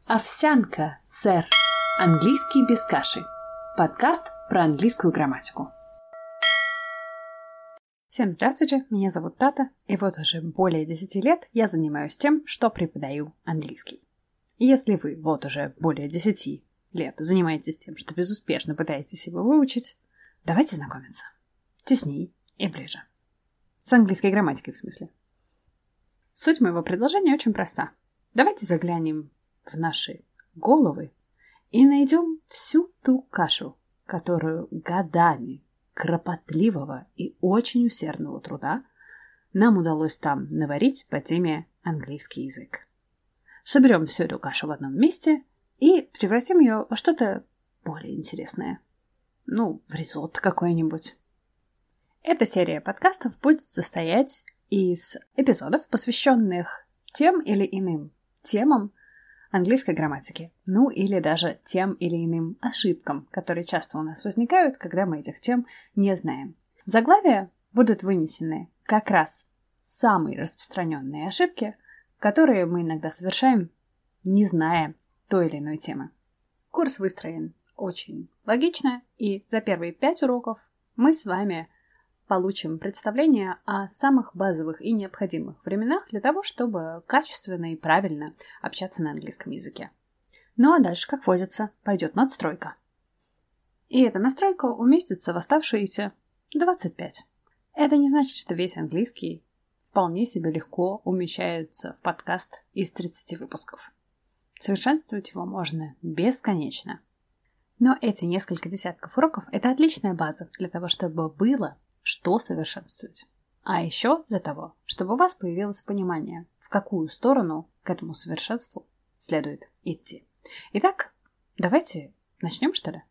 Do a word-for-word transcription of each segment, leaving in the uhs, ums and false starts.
Овсянка, сэр. Английский без каши. Подкаст про английскую грамматику. Всем здравствуйте, меня зовут Тата, и вот уже более десяти лет я занимаюсь тем, что преподаю английский. И если вы вот уже более десяти лет занимаетесь тем, что безуспешно пытаетесь его выучить, давайте знакомиться. Тесней и ближе. С английской грамматикой, в смысле. Суть моего предложения очень проста. Давайте заглянем в наши головы и найдем всю ту кашу, которую годами кропотливого и очень усердного труда нам удалось там наварить по теме английский язык. Соберем всю эту кашу в одном месте и превратим ее во что-то более интересное. Ну, в ризотто какое-нибудь. Эта серия подкастов будет состоять из эпизодов, посвященных тем или иным темам английской грамматики, ну или даже тем или иным ошибкам, которые часто у нас возникают, когда мы этих тем не знаем. В заглавие будут вынесены как раз самые распространенные ошибки, которые мы иногда совершаем, не зная той или иной темы. Курс выстроен очень логично, и за первые пять уроков мы с вами получим представление о самых базовых и необходимых временах для того, чтобы качественно и правильно общаться на английском языке. Ну а дальше, как водится, пойдет надстройка. И эта настройка уместится в оставшиеся двадцать пять. Это не значит, что весь английский вполне себе легко умещается в подкаст из тридцати выпусков. Совершенствовать его можно бесконечно. Но эти несколько десятков уроков – это отличная база для того, чтобы было что совершенствовать. А еще для того, чтобы у вас появилось понимание, в какую сторону к этому совершенству следует идти. Итак, давайте начнем, что ли?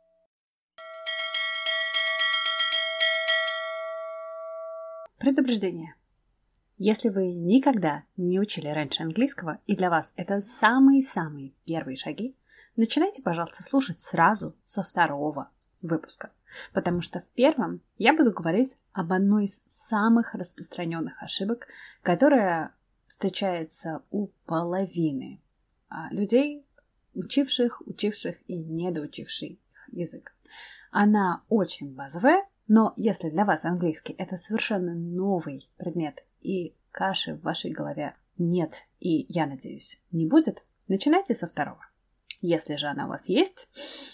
Предупреждение. Если вы никогда не учили раньше английского, и для вас это самые-самые первые шаги, начинайте, пожалуйста, слушать сразу со второго выпуска. Потому что в первом я буду говорить об одной из самых распространенных ошибок, которая встречается у половины людей, учивших, учивших и недоучивших язык. Она очень базовая, но если для вас английский это совершенно новый предмет и каши в вашей голове нет и, я надеюсь, не будет, начинайте со второго. Если же она у вас есть,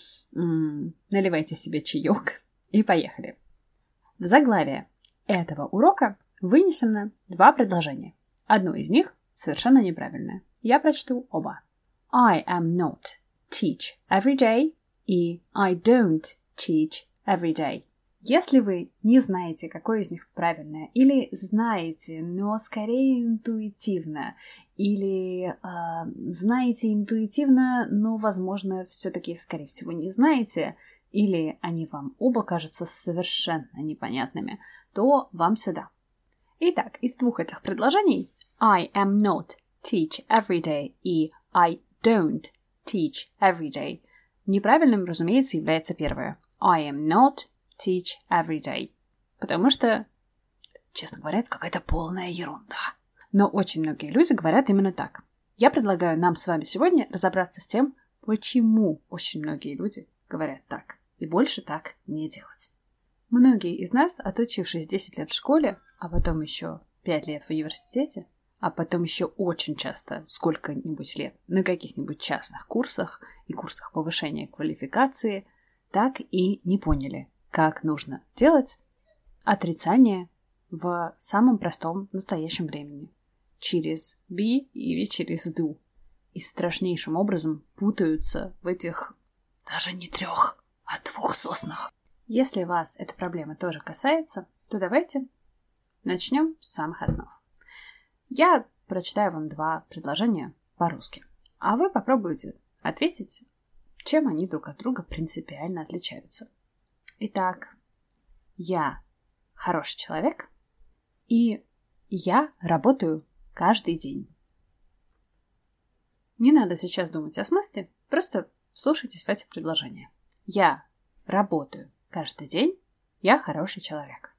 м-м, наливайте себе чаек и поехали. В заглавие этого урока вынесено два предложения. Одно из них совершенно неправильное. Я прочту оба. I am not teach every day и I don't teach every day. Если вы не знаете, какое из них правильное, или знаете, но скорее интуитивно, или э, знаете интуитивно, но, возможно, все-таки, скорее всего, не знаете, или они вам оба кажутся совершенно непонятными, то вам сюда. Итак, из двух этих предложений I am not teach every day и I don't teach every day неправильным, разумеется, является первое. I am not teach every day. Потому что, честно говоря, это какая-то полная ерунда. Но очень многие люди говорят именно так. Я предлагаю нам с вами сегодня разобраться с тем, почему очень многие люди говорят так. И больше так не делать. Многие из нас, отучившись десять лет в школе, а потом еще пять лет в университете, а потом еще очень часто сколько-нибудь лет на каких-нибудь частных курсах и курсах повышения квалификации, так и не поняли, как нужно делать отрицание в самом простом настоящем времени. Через be или через do. И страшнейшим образом путаются в этих даже не трех, а двух соснах. Если вас эта проблема тоже касается, то давайте начнем с самых основ. Я прочитаю вам два предложения по-русски, а вы попробуйте ответить, чем они друг от друга принципиально отличаются. Итак, я хороший человек, и я работаю каждый день. Не надо сейчас думать о смысле, просто вслушайтесь в эти предложения. Я работаю каждый день, я хороший человек.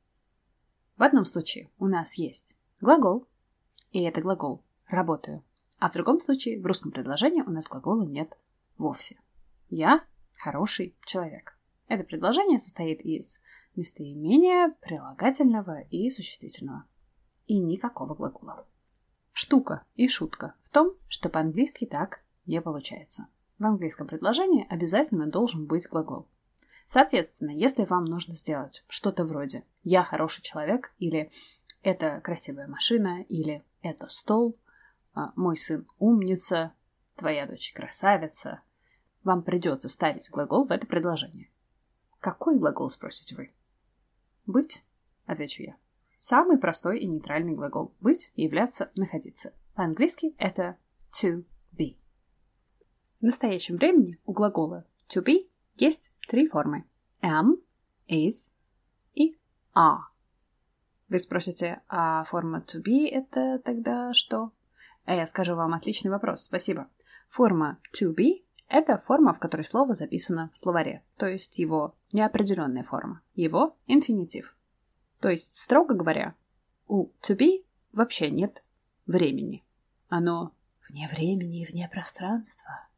В одном случае у нас есть глагол, и это глагол «работаю». А в другом случае в русском предложении у нас глагола нет вовсе. Я хороший человек. Это предложение состоит из местоимения, прилагательного и существительного. И никакого глагола. Штука и шутка в том, что по-английски так не получается. В английском предложении обязательно должен быть глагол. Соответственно, если вам нужно сделать что-то вроде «я хороший человек» или «это красивая машина» или «это стол», «мой сын умница», «твоя дочь красавица», вам придется вставить глагол в это предложение. Какой глагол, спросите вы? «Быть», отвечу я. Самый простой и нейтральный глагол «быть», «являться», «находиться». По-английски это to be. В настоящем времени у глагола to be есть три формы. Am, is и are. Вы спросите, а форма to be это тогда что? А я скажу вам отличный вопрос, спасибо. Форма to be это форма, в которой слово записано в словаре, то есть его неопределенная форма, его инфинитив. То есть, строго говоря, у to be вообще нет времени. Оно вне времени и вне пространства.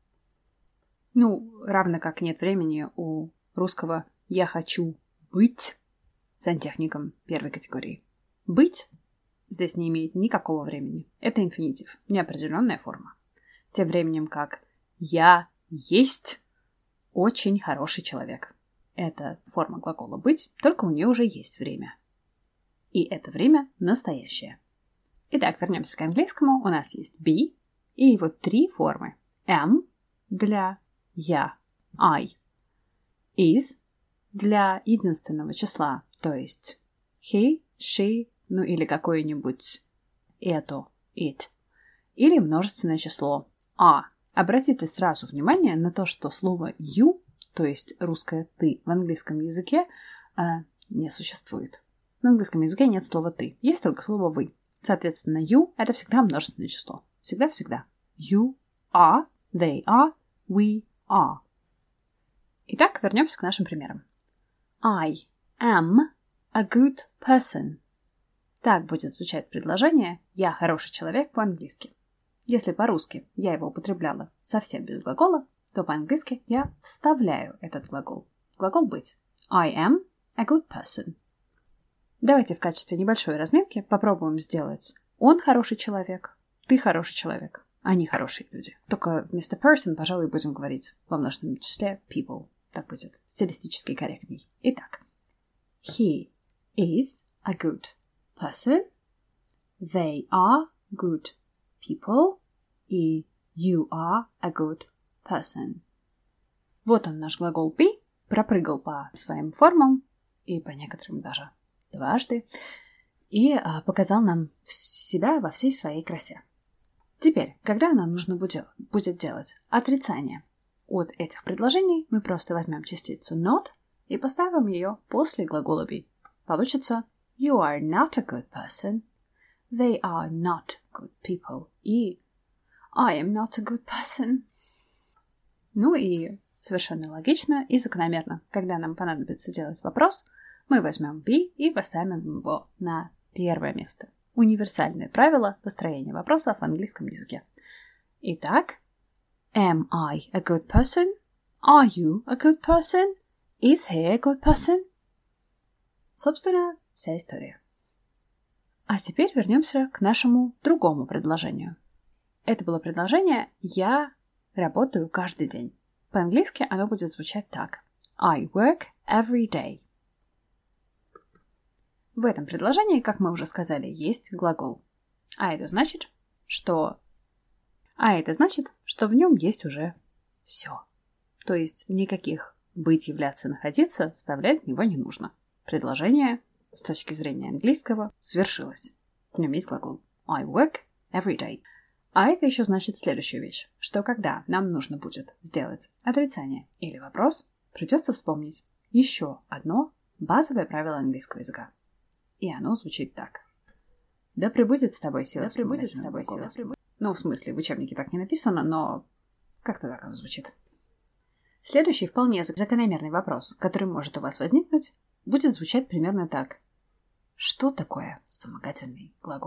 Ну, равно как нет времени у русского «я хочу быть» сантехником первой категории. «Быть» здесь не имеет никакого времени. Это инфинитив, неопределенная форма. Тем временем как «я есть очень хороший человек». Это форма глагола «быть», только у нее уже есть время. И это время настоящее. Итак, вернемся к английскому. У нас есть be и его три формы. Am для я, I. Is для единственного числа, то есть he, she, ну или какое-нибудь это, it. Или множественное число a. Обратите сразу внимание на то, что слово you, то есть русское ты в английском языке, э, не существует. В английском языке нет слова ты, есть только слово вы. Соответственно, you это всегда множественное число. Всегда-всегда. You are, they are, we are. Итак, вернемся к нашим примерам. I am a good person. Так будет звучать предложение «я хороший человек» по-английски. Если по-русски я его употребляла совсем без глагола, то по-английски я вставляю этот глагол. Глагол «быть». I am a good person. Давайте в качестве небольшой разминки попробуем сделать «он хороший человек», «ты хороший человек», «они хорошие люди». Только вместо person, пожалуй, будем говорить во множественном числе people. Так будет стилистически корректней. Итак. He is a good person. They are good people. И you are a good person. Вот он, наш глагол be. Пропрыгал по своим формам и по некоторым даже дважды. И а, показал нам себя во всей своей красе. Теперь, когда нам нужно будет, будет делать отрицание от этих предложений, мы просто возьмем частицу not и поставим ее после глагола be. Получится you are not a good person, they are not good people и I am not a good person. Ну и совершенно логично и закономерно, когда нам понадобится делать вопрос, мы возьмем be и поставим его на первое место. Универсальное правило построения вопроса в английском языке. Итак, am I a good person? Are you a good person? Is he a good person? Собственно, вся история. А теперь вернемся к нашему другому предложению. Это было предложение «я работаю каждый день». По-английски оно будет звучать так. I work every day. В этом предложении, как мы уже сказали, есть глагол. А это значит, что... А это значит, что в нем есть уже все. То есть никаких быть, являться, находиться вставлять в него не нужно. Предложение, с точки зрения английского, свершилось. В нем есть глагол. I work every day. А это еще значит следующую вещь, что когда нам нужно будет сделать отрицание или вопрос, придется вспомнить еще одно базовое правило английского языка. И оно звучит так. Да пребудет с тобой сила. Да пребудет с тобой сила. Ну, в смысле, в учебнике так не написано, но как-то так оно звучит. Следующий вполне закономерный вопрос, который может у вас возникнуть, будет звучать примерно так. Что такое вспомогательный глагол?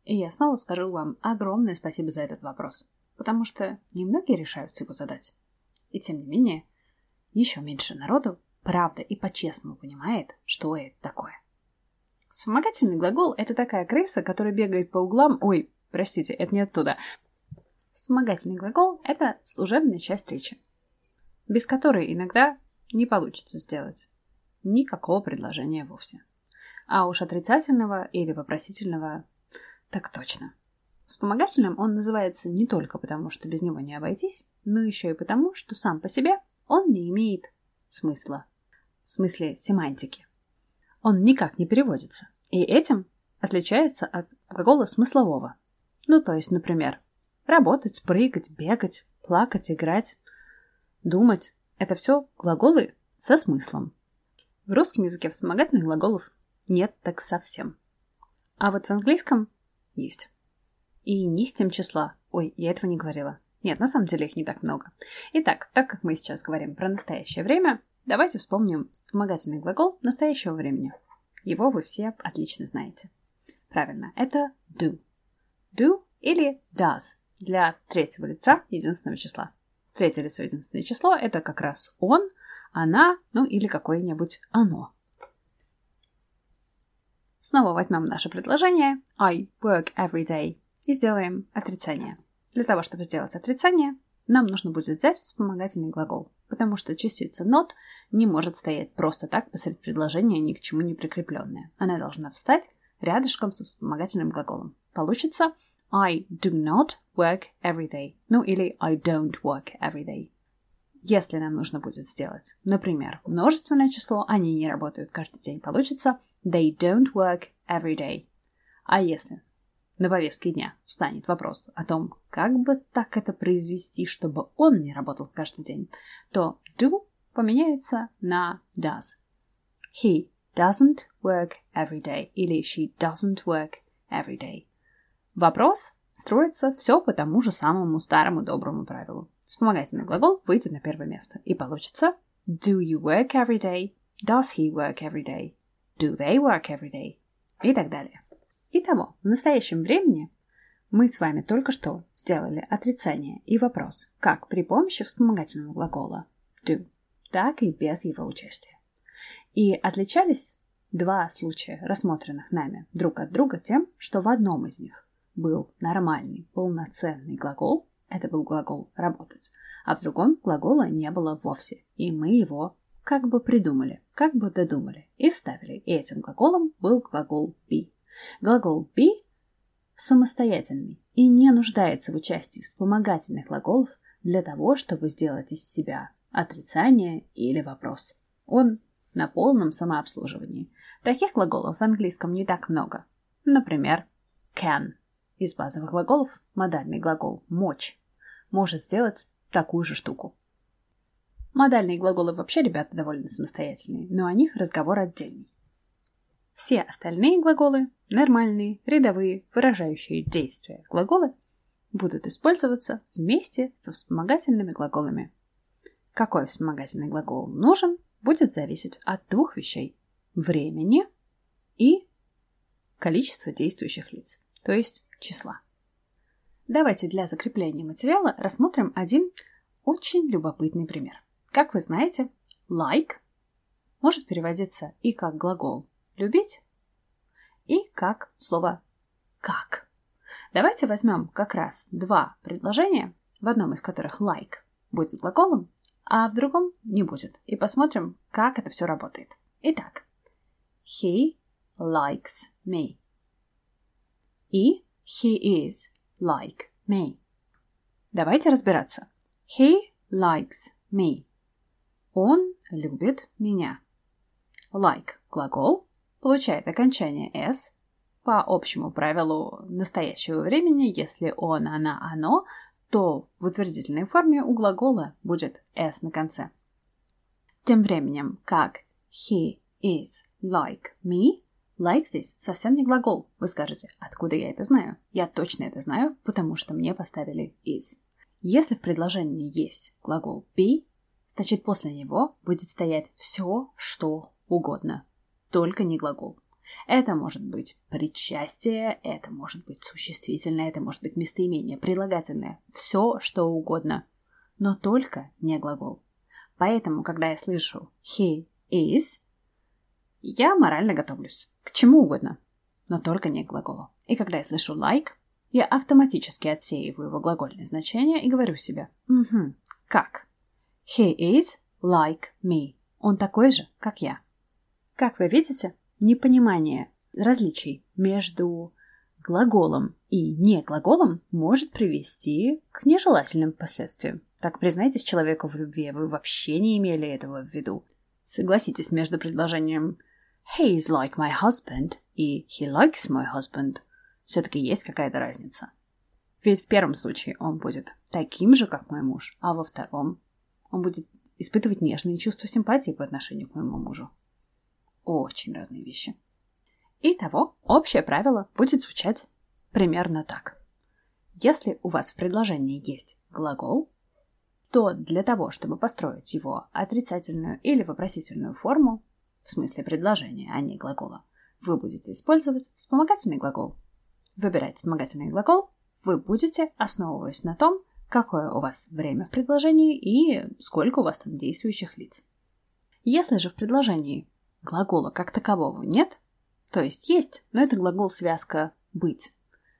И я снова скажу вам огромное спасибо за этот вопрос, потому что немногие решаются его задать. И тем не менее, еще меньше народу правда и по-честному понимает, что это такое. Вспомогательный глагол – это такая крыса, которая бегает по углам. Ой, простите, это не оттуда. Вспомогательный глагол – это служебная часть речи, без которой иногда не получится сделать никакого предложения вовсе. А уж отрицательного или вопросительного так точно. Вспомогательным он называется не только потому, что без него не обойтись, но еще и потому, что сам по себе он не имеет смысла. В смысле семантики. Он никак не переводится. И этим отличается от глагола смыслового. Ну, то есть, например, работать, прыгать, бегать, плакать, играть, думать. Это все глаголы со смыслом. В русском языке вспомогательных глаголов нет так совсем. А вот в английском есть. И не с тем числа. Ой, я этого не говорила. Нет, на самом деле их не так много. Итак, так как мы сейчас говорим про настоящее время, давайте вспомним вспомогательный глагол настоящего времени. Его вы все отлично знаете. Правильно, это do. Do или does для третьего лица единственного числа. Третье лицо единственное число – это как раз он, она, ну или какое-нибудь оно. Снова возьмем наше предложение I work every day и сделаем отрицание. Для того, чтобы сделать отрицание, нам нужно будет взять вспомогательный глагол, потому что частица not не может стоять просто так посреди предложения, ни к чему не прикрепленная. Она должна встать рядышком со вспомогательным глаголом. Получится I do not work every day. Ну или I don't work every day. Если нам нужно будет сделать, например, множественное число, они не работают каждый день, получится they don't work every day. А если на повестке дня встанет вопрос о том, как бы так это произвести, чтобы он не работал каждый день, то do поменяется на does. He doesn't work every day или she doesn't work every day. Вопрос строится все по тому же самому старому доброму правилу. Вспомогательный глагол выйдет на первое место и получится do you work every day? Does he work every day? Do they work every day? И так далее. Итого, в настоящем времени мы с вами только что сделали отрицание и вопрос как при помощи вспомогательного глагола do, так и без его участия. И отличались два случая, рассмотренных нами друг от друга, тем, что в одном из них был нормальный, полноценный глагол, это был глагол «работать», а в другом глагола не было вовсе, и мы его как бы придумали, как бы додумали и вставили, и этим глаголом был глагол be. Глагол be самостоятельный и не нуждается в участии вспомогательных глаголов для того, чтобы сделать из себя отрицание или вопрос. Он на полном самообслуживании. Таких глаголов в английском не так много. Например, can. Из базовых глаголов модальный глагол «мочь» может сделать такую же штуку. Модальные глаголы вообще, ребята, довольно самостоятельные, но о них разговор отдельный. Все остальные глаголы, нормальные, рядовые, выражающие действия глаголы, будут использоваться вместе со вспомогательными глаголами. Какой вспомогательный глагол нужен, будет зависеть от двух вещей – времени и количества действующих лиц, то есть числа. Давайте для закрепления материала рассмотрим один очень любопытный пример. Как вы знаете, like может переводиться и как глагол «любить», и как слово «как». Давайте возьмем как раз два предложения, в одном из которых like будет глаголом, а в другом не будет, и посмотрим, как это все работает. Итак, he likes me. И he is like me. Давайте разбираться. He likes me. Он любит меня. Like – глагол, получает окончание s. По общему правилу настоящего времени, если он, она, оно, то в утвердительной форме у глагола будет s на конце. Тем временем, как he is like me, like здесь совсем не глагол. Вы скажете, откуда я это знаю? Я точно это знаю, потому что мне поставили is. Если в предложении есть глагол be, значит после него будет стоять все, что угодно, только не глагол. Это может быть причастие, это может быть существительное, это может быть местоимение, прилагательное, все что угодно, но только не глагол. Поэтому, когда я слышу he is, я морально готовлюсь к чему угодно, но только не к глаголу. И когда я слышу like, я автоматически отсеиваю его глагольное значение и говорю себе, угу, как? He is like me. Он такой же, как я. Как вы видите, непонимание различий между глаголом и не глаголом может привести к нежелательным последствиям. Так признайтесь человеку в любви, вы вообще не имели этого в виду. Согласитесь, между предложением he is like my husband и he likes my husband все-таки есть какая-то разница. Ведь в первом случае он будет таким же, как мой муж, а во втором он будет испытывать нежные чувства симпатии по отношению к моему мужу. Очень разные вещи. Итого, общее правило будет звучать примерно так. Если у вас в предложении есть глагол, то для того, чтобы построить его отрицательную или вопросительную форму, в смысле предложения, а не глагола, вы будете использовать вспомогательный глагол. Выбирать вспомогательный глагол вы будете, основываясь на том, какое у вас время в предложении и сколько у вас там действующих лиц. Если же в предложении глагола как такового нет, то есть есть, но это глагол-связка «быть»,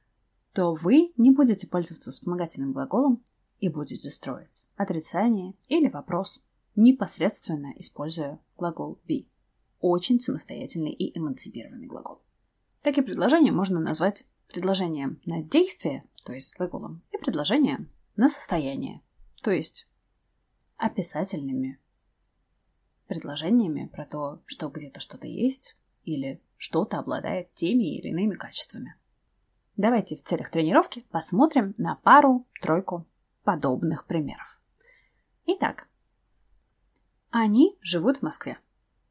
то вы не будете пользоваться вспомогательным глаголом и будете строить отрицание или вопрос, непосредственно используя глагол be. Очень самостоятельный и эмансипированный глагол. Такие предложения можно назвать предложением на действие, то есть глаголом, и предложением на состояние, то есть описательными предложениями про то, что где-то что-то есть или что-то обладает теми или иными качествами. Давайте в целях тренировки посмотрим на пару-тройку подобных примеров. Итак, они живут в Москве.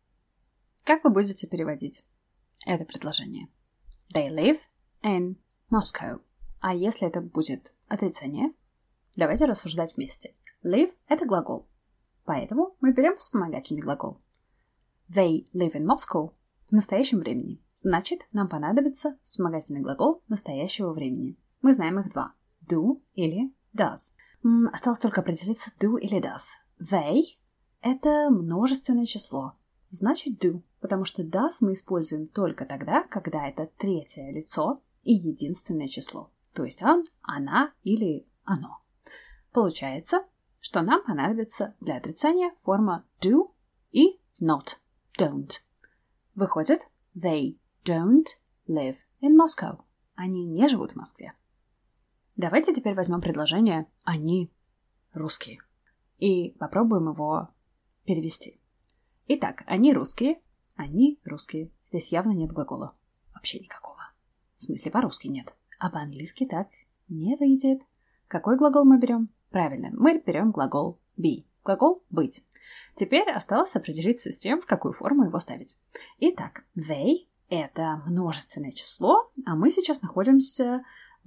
Как вы будете переводить это предложение? They live in Moscow. А если это будет отрицание, давайте рассуждать вместе. Live – это глагол, поэтому мы берем вспомогательный глагол. They live in Moscow в настоящем времени. Значит, нам понадобится вспомогательный глагол настоящего времени. Мы знаем их два. Do или does. М, осталось только определиться do или does. They – это множественное число. Значит do, потому что does мы используем только тогда, когда это третье лицо и единственное число. То есть он, она или оно. Получается, что нам понадобится для отрицания форма do и not, don't. Выходит, they don't live in Moscow. Они не живут в Москве. Давайте теперь возьмем предложение «они русские» и попробуем его перевести. Итак, они русские, они русские. Здесь явно нет глагола. Вообще никакого. В смысле, по-русски нет. А по-английски так не выйдет. Какой глагол мы берем? Правильно, мы берем глагол be. Глагол быть. Теперь осталось определиться с тем, в какую форму его ставить. Итак, they – это множественное число, а мы сейчас находимся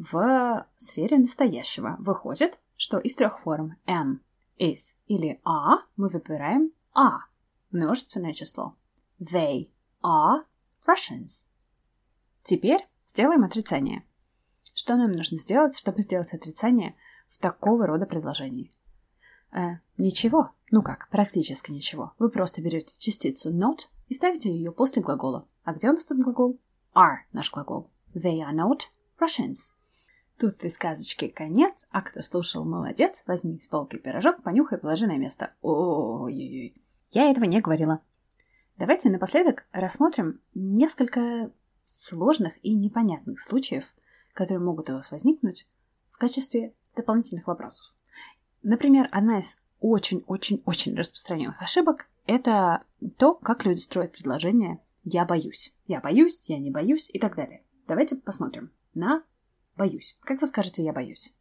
в сфере настоящего. Выходит, что из трех форм am, is или are мы выбираем are. Множественное число. They are Russians. Теперь сделаем отрицание. Что нам нужно сделать, чтобы сделать отрицание в такого рода предложении? Э, ничего. Ну как, практически ничего. Вы просто берете частицу not и ставите ее после глагола. А где у нас тут глагол? Are наш глагол. They are not Russians. Тут и сказочки конец, а кто слушал, молодец. Возьми с полки пирожок, понюхай, положи на место. Ой-ой-ой. Я этого не говорила. Давайте напоследок рассмотрим несколько сложных и непонятных случаев, которые могут у вас возникнуть в качестве дополнительных вопросов. Например, одна из очень-очень-очень распространенных ошибок – это то, как люди строят предложения «я боюсь», «я боюсь», «я не боюсь» и так далее. Давайте посмотрим на «боюсь». Как вы скажете «я боюсь»?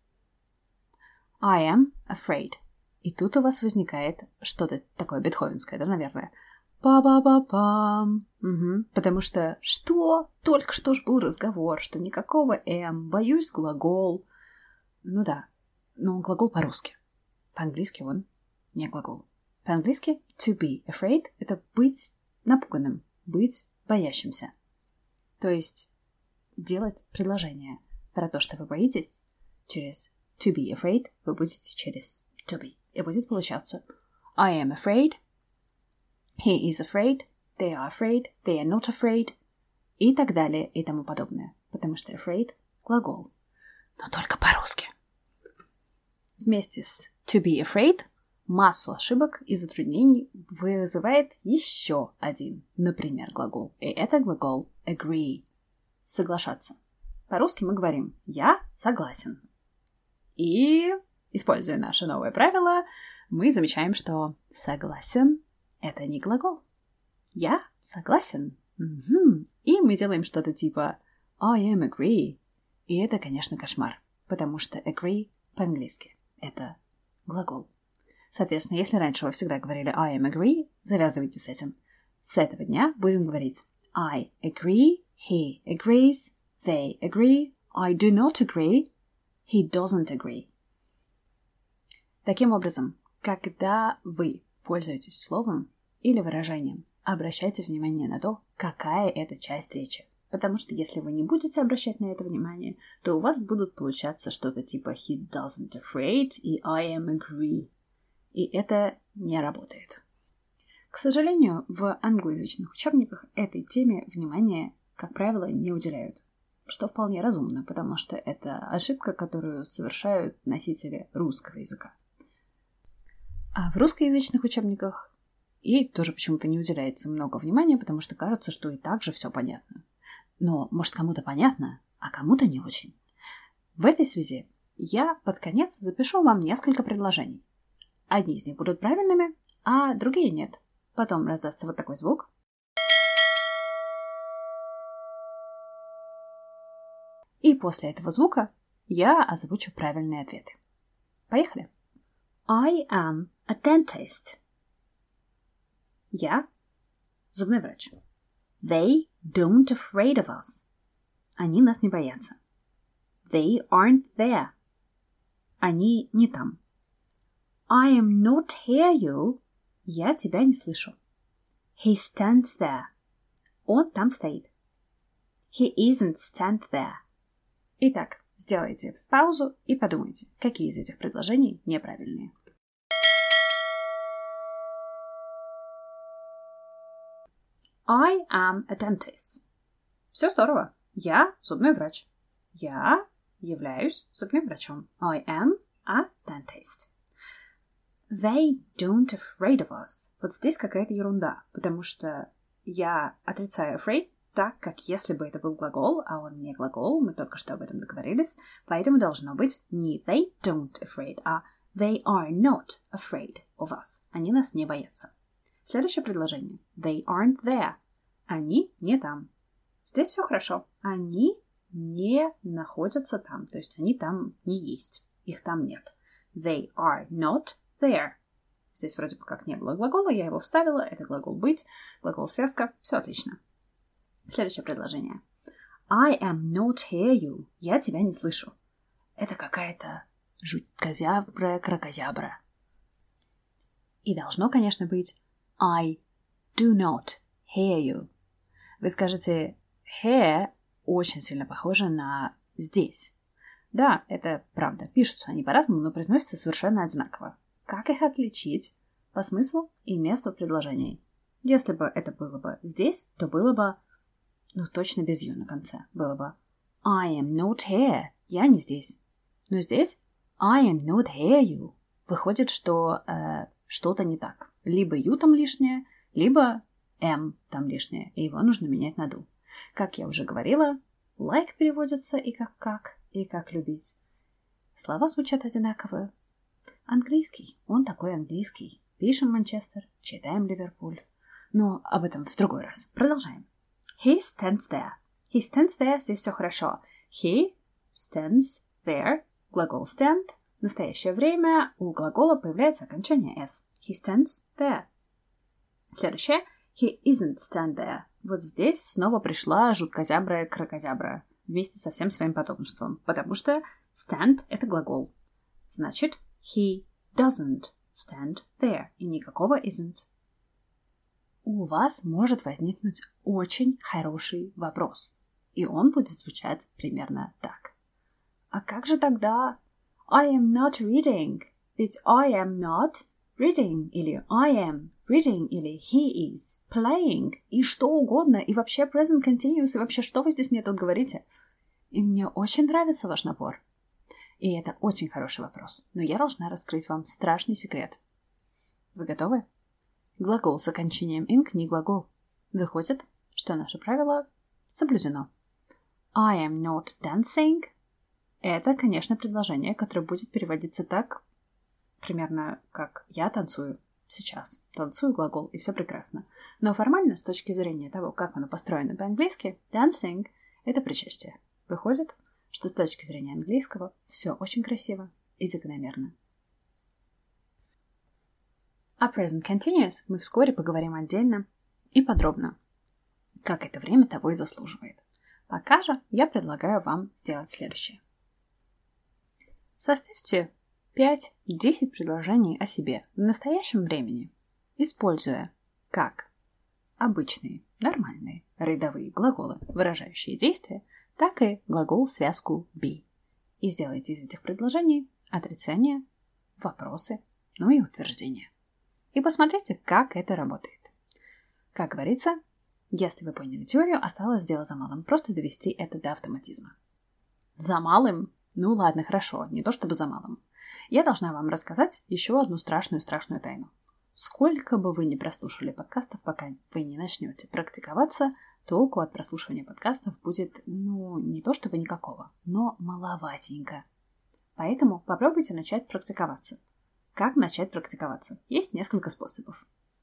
I am afraid. И тут у вас возникает что-то такое бетховенское, да, наверное? Па-ба-ба-пам. Угу. Потому что что? Только что ж был разговор, что никакого am, боюсь глагол. Ну да, но глагол по-русски. По-английски он не глагол. По-английски to be afraid – это быть напуганным, быть боящимся. То есть делать предложение про то, что вы боитесь, через to be afraid вы будете через to be. И будет получаться I am afraid, he is afraid, they are afraid, they are not afraid и так далее и тому подобное. Потому что afraid – глагол. Но только по-русски. Вместе с to be afraid массу ошибок и затруднений вызывает еще один, например, глагол. И это глагол agree – соглашаться. По-русски мы говорим «я согласен». И, используя наше новое правило, мы замечаем, что «согласен» — это не глагол. «Я согласен». Угу. И мы делаем что-то типа I am agree. И это, конечно, кошмар, потому что agree по-английски — это глагол. Соответственно, если раньше вы всегда говорили I am agree, завязывайте с этим. С этого дня будем говорить I agree, he agrees, they agree, I do not agree, he doesn't agree. Таким образом, когда вы пользуетесь словом или выражением, обращайте внимание на то, какая это часть речи. Потому что если вы не будете обращать на это внимание, то у вас будут получаться что-то типа he doesn't afraid и I am agree. И это не работает. К сожалению, в англоязычных учебниках этой теме внимания, как правило, не уделяют. Что вполне разумно, потому что это ошибка, которую совершают носители русского языка. А в русскоязычных учебниках и тоже почему-то не уделяется много внимания, потому что кажется, что и так же все понятно. Но, может, кому-то понятно, а кому-то не очень. В этой связи я под конец запишу вам несколько предложений. Одни из них будут правильными, а другие нет. Потом раздастся вот такой звук. И после этого звука я озвучу правильные ответы. Поехали. I am a dentist. Я зубной врач. They don't afraid of us. Они нас не боятся. They aren't there. Они не там. I am not hear you. Я тебя не слышу. He stands there. Он там стоит. He isn't stand there. Итак, сделайте паузу и подумайте, какие из этих предложений неправильные. I am a dentist. Все здорово. Я зубной врач. Я являюсь зубным врачом. I am a dentist. They don't afraid of us. Вот здесь какая-то ерунда, потому что я отрицаю afraid так, как если бы это был глагол, а он не глагол, мы только что об этом договорились, поэтому должно быть не they don't afraid, а they are not afraid of us. Они нас не боятся. Следующее предложение. They aren't there. Они не там. Здесь все хорошо. Они не находятся там. То есть они там не есть. Их там нет. They are not there. Здесь вроде бы как не было глагола, я его вставила. Это глагол быть, глагол связка. Все отлично. Следующее предложение. I am not hear you. Я тебя не слышу. Это какая-то жуть-козябра, кракозябра. И должно, конечно, быть I do not hear you. Вы скажете, hear очень сильно похоже на здесь. Да, это правда. Пишутся они по-разному, но произносятся совершенно одинаково. Как их отличить по смыслу и месту в предложении? Если бы это было бы здесь, то было бы, ну, точно без you на конце. Было бы I am not here. Я не здесь. Но здесь I am not hear you. Выходит, что э, что-то не так. Либо you там лишнее, либо am там лишнее, и его нужно менять на do. Как я уже говорила, like переводится и как как, и как любить. Слова звучат одинаково. Английский, он такой английский. Пишем Манчестер, читаем Ливерпуль. Но об этом в другой раз. Продолжаем. He stands there. He stands there, здесь все хорошо. He stands there, глагол stand. В настоящее время у глагола появляется окончание s. He stands there. Следующее. He isn't stand there. Вот здесь снова пришла жуткозябра и кракозябра вместе со всем своим потомством, потому что stand — это глагол. Значит, he doesn't stand there. И никакого isn't. У вас может возникнуть очень хороший вопрос. И он будет звучать примерно так. А как же тогда I am not reading? Ведь I am not reading или I am reading или he is playing и что угодно, и вообще present continuous, и вообще что вы здесь мне тут говорите? И мне очень нравится ваш напор. И это очень хороший вопрос, но я должна раскрыть вам страшный секрет. Вы готовы? Глагол с окончанием ing не глагол. Выходит, что наше правило соблюдено. I am not dancing – это, конечно, предложение, которое будет переводиться так, примерно как «я танцую сейчас». Танцую глагол, и все прекрасно. Но формально, с точки зрения того, как оно построено по-английски, dancing – это причастие. Выходит, что с точки зрения английского все очень красиво и закономерно. О present continuous мы вскоре поговорим отдельно и подробно, как это время того и заслуживает. Пока же я предлагаю вам сделать следующее. Составьте пять-десять предложений о себе в настоящем времени, используя как обычные, нормальные, рядовые глаголы, выражающие действия, так и глагол-связку be. И сделайте из этих предложений отрицания, вопросы, ну и утверждения. И посмотрите, как это работает. Как говорится, если вы поняли теорию, осталось дело за малым. Просто довести это до автоматизма. За малым? Ну ладно, хорошо, не то чтобы за малым. Я должна вам рассказать еще одну страшную-страшную тайну. Сколько бы вы ни прослушали подкастов, пока вы не начнете практиковаться, толку от прослушивания подкастов будет, ну, не то чтобы никакого, но маловатенько. Поэтому попробуйте начать практиковаться. Как начать практиковаться? Есть несколько способов.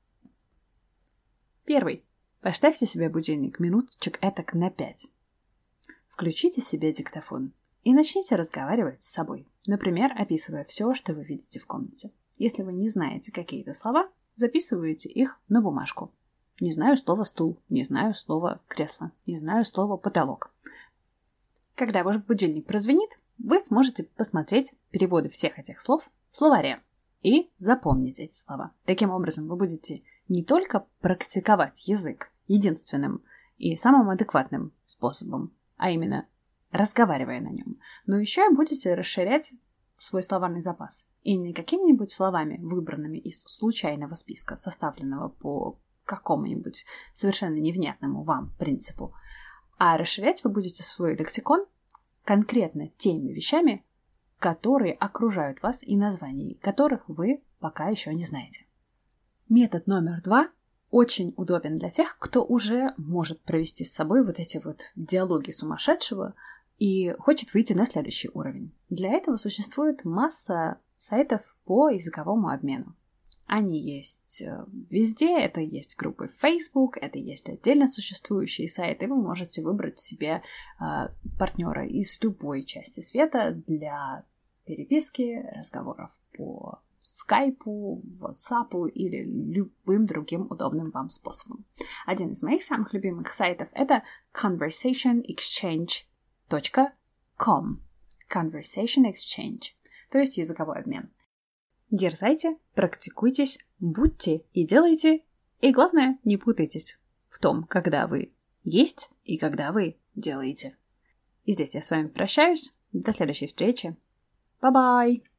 Первый. Поставьте себе будильник минуточек этак на пять. Включите себе диктофон и начните разговаривать с собой, например, описывая все, что вы видите в комнате. Если вы не знаете какие-то слова, записывайте их на бумажку. Не знаю слова «стул», не знаю слова «кресло», не знаю слова «потолок». Когда ваш будильник прозвенит, вы сможете посмотреть переводы всех этих слов в словаре и запомнить эти слова. Таким образом, вы будете не только практиковать язык единственным и самым адекватным способом, а именно разговаривая на нем, но еще и будете расширять свой словарный запас. И не какими-нибудь словами, выбранными из случайного списка, составленного по какому-нибудь совершенно невнятному вам принципу, а расширять вы будете свой лексикон конкретно теми вещами, которые окружают вас и названий которых вы пока еще не знаете. Метод номер два очень удобен для тех, кто уже может провести с собой вот эти вот диалоги сумасшедшего и хочет выйти на следующий уровень. Для этого существует масса сайтов по языковому обмену. Они есть везде, это есть группы в Facebook, это есть отдельно существующие сайты, и вы можете выбрать себе э, партнера из любой части света для переписки, разговоров по скайпу, ватсапу или любым другим удобным вам способом. Один из моих самых любимых сайтов — это conversation exchange точка com. Conversation Exchange, то есть языковой обмен. Дерзайте, практикуйтесь, будьте и делайте, и главное, не путайтесь в том, когда вы есть и когда вы делаете. И здесь я с вами прощаюсь. До следующей встречи. Bye-bye!